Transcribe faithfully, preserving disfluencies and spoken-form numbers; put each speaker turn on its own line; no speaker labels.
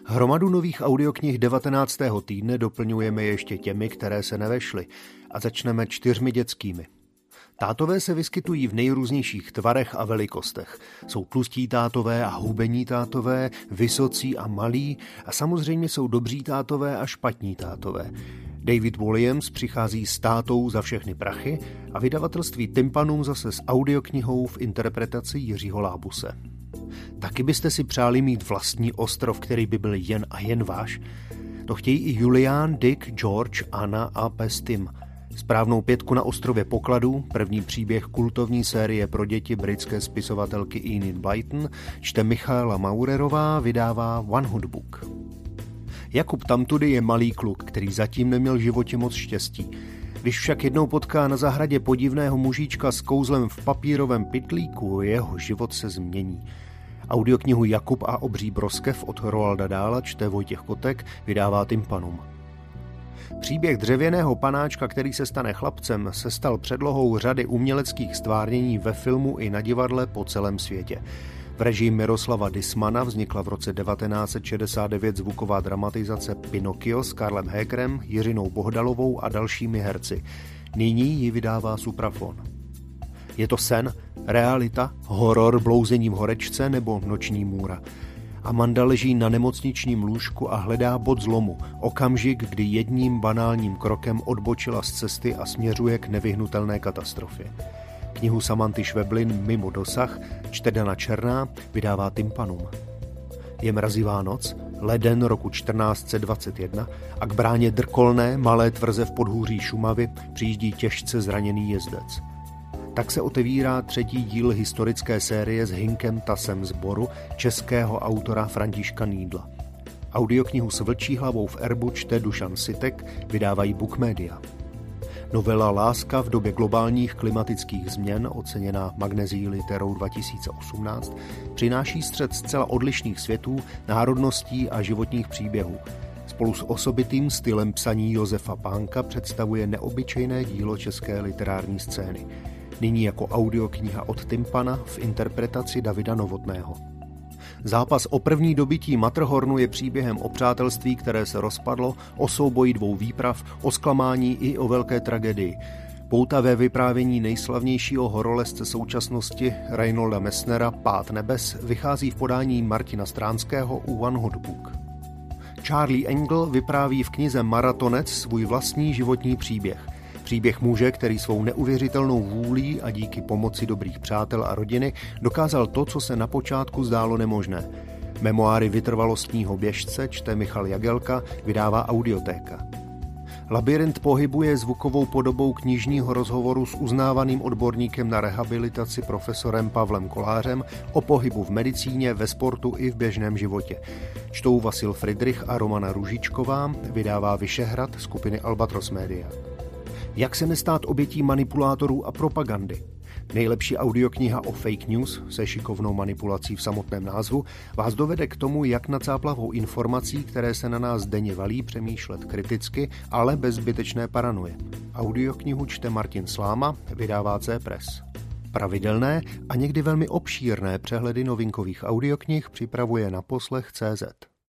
Hromadu nových audioknih devatenáctého týdne doplňujeme ještě těmi, které se nevešly, a začneme čtyřmi dětskými. Tátové se vyskytují v nejrůznějších tvarech a velikostech. Jsou tlustí tátové a hubení tátové, vysocí a malí a samozřejmě jsou dobří tátové a špatní tátové. David Walliams přichází s Tátou za všechny prachy a vydavatelství Tympanum zase s audioknihou v interpretaci Jiřího Lábuse. Taky byste si přáli mít vlastní ostrov, který by byl jen a jen váš? To chtějí i Julián, Dick, George, Anna a pes Tim. Správnou pětku na ostrově pokladů, první příběh kultovní série pro děti britské spisovatelky Enid Blyton, čte Michaela Maurerová, vydává One Hot Book. Jakub Tamtudy je malý kluk, který zatím neměl v životě moc štěstí. Když však jednou potká na zahradě podivného mužíčka s kouzlem v papírovém pytlíku, jeho život se změní. Audioknihu Jakub a obří broskev od Roalda Dahla čte Vojtěch Kotek, vydává Tympanum. Příběh dřevěného panáčka, který se stane chlapcem, se stal předlohou řady uměleckých stvárnění ve filmu i na divadle po celém světě. V režii Miroslava Dismana vznikla v roce devatenáct set šedesát devět zvuková dramatizace Pinocchio s Karlem Hégrem, Jiřinou Bohdalovou a dalšími herci. Nyní ji vydává Suprafon. Je to sen, realita, horor blouzení v horečce nebo noční můra? Amanda leží na nemocničním lůžku a hledá bod zlomu, okamžik, kdy jedním banálním krokem odbočila z cesty a směřuje k nevyhnutelné katastrofě. Knihu Samanty Šveblin Mimo dosah čte Dana Černá, vydává Tympanum. Je mrazivá noc, leden roku čtrnáct set dvacet jedna a k bráně Drkolné, malé tvrze v podhůří Šumavy, přijíždí těžce zraněný jezdec. Tak se otevírá třetí díl historické série s Hinkem Tasem z Boru českého autora Františka Nýdla. Audioknihu s vlčí hlavou v erbu čte Dušan Sitek, vydávají Book Media. Novela Láska v době globálních klimatických změn, oceněná Magnezií literou dva tisíce osmnáct, přináší střet zcela odlišných světů, národností a životních příběhů. Spolu s osobitým stylem psaní Josefa Pánka představuje neobyčejné dílo české literární scény. Nyní jako audiokniha od Tympana v interpretaci Davida Novotného. Zápas o první dobytí Matterhornu je příběhem o přátelství, které se rozpadlo, o souboji dvou výprav, o zklamání i o velké tragédii. Poutavé vyprávění nejslavnějšího horolezce současnosti Reinolda Messnera Pád nebes vychází v podání Martina Stránského u One Hot Book. Charlie Engle vypráví v knize Maratonec svůj vlastní životní příběh. Příběh muže, který svou neuvěřitelnou vůlí a díky pomoci dobrých přátel a rodiny dokázal to, co se na počátku zdálo nemožné. Memoáry vytrvalostního běžce čte Michal Jagelka, vydává Audiotéka. Labyrint pohybu je zvukovou podobou knižního rozhovoru s uznávaným odborníkem na rehabilitaci profesorem Pavlem Kolářem o pohybu v medicíně, ve sportu i v běžném životě. Čtou Vasil Fridrich a Romana Růžičková, vydává Vyšehrad skupiny Albatros Media. Jak se nestát obětí manipulátorů a propagandy? Nejlepší audiokniha o fake news se šikovnou manipulací v samotném názvu vás dovede k tomu, jak nad záplavou informací, které se na nás denně valí, přemýšlet kriticky, ale bez zbytečné paranoje. Audioknihu čte Martin Sláma, vydává C-Press. Pravidelné a někdy velmi obšírné přehledy novinkových audioknih připravuje na poslech tečka cé zet.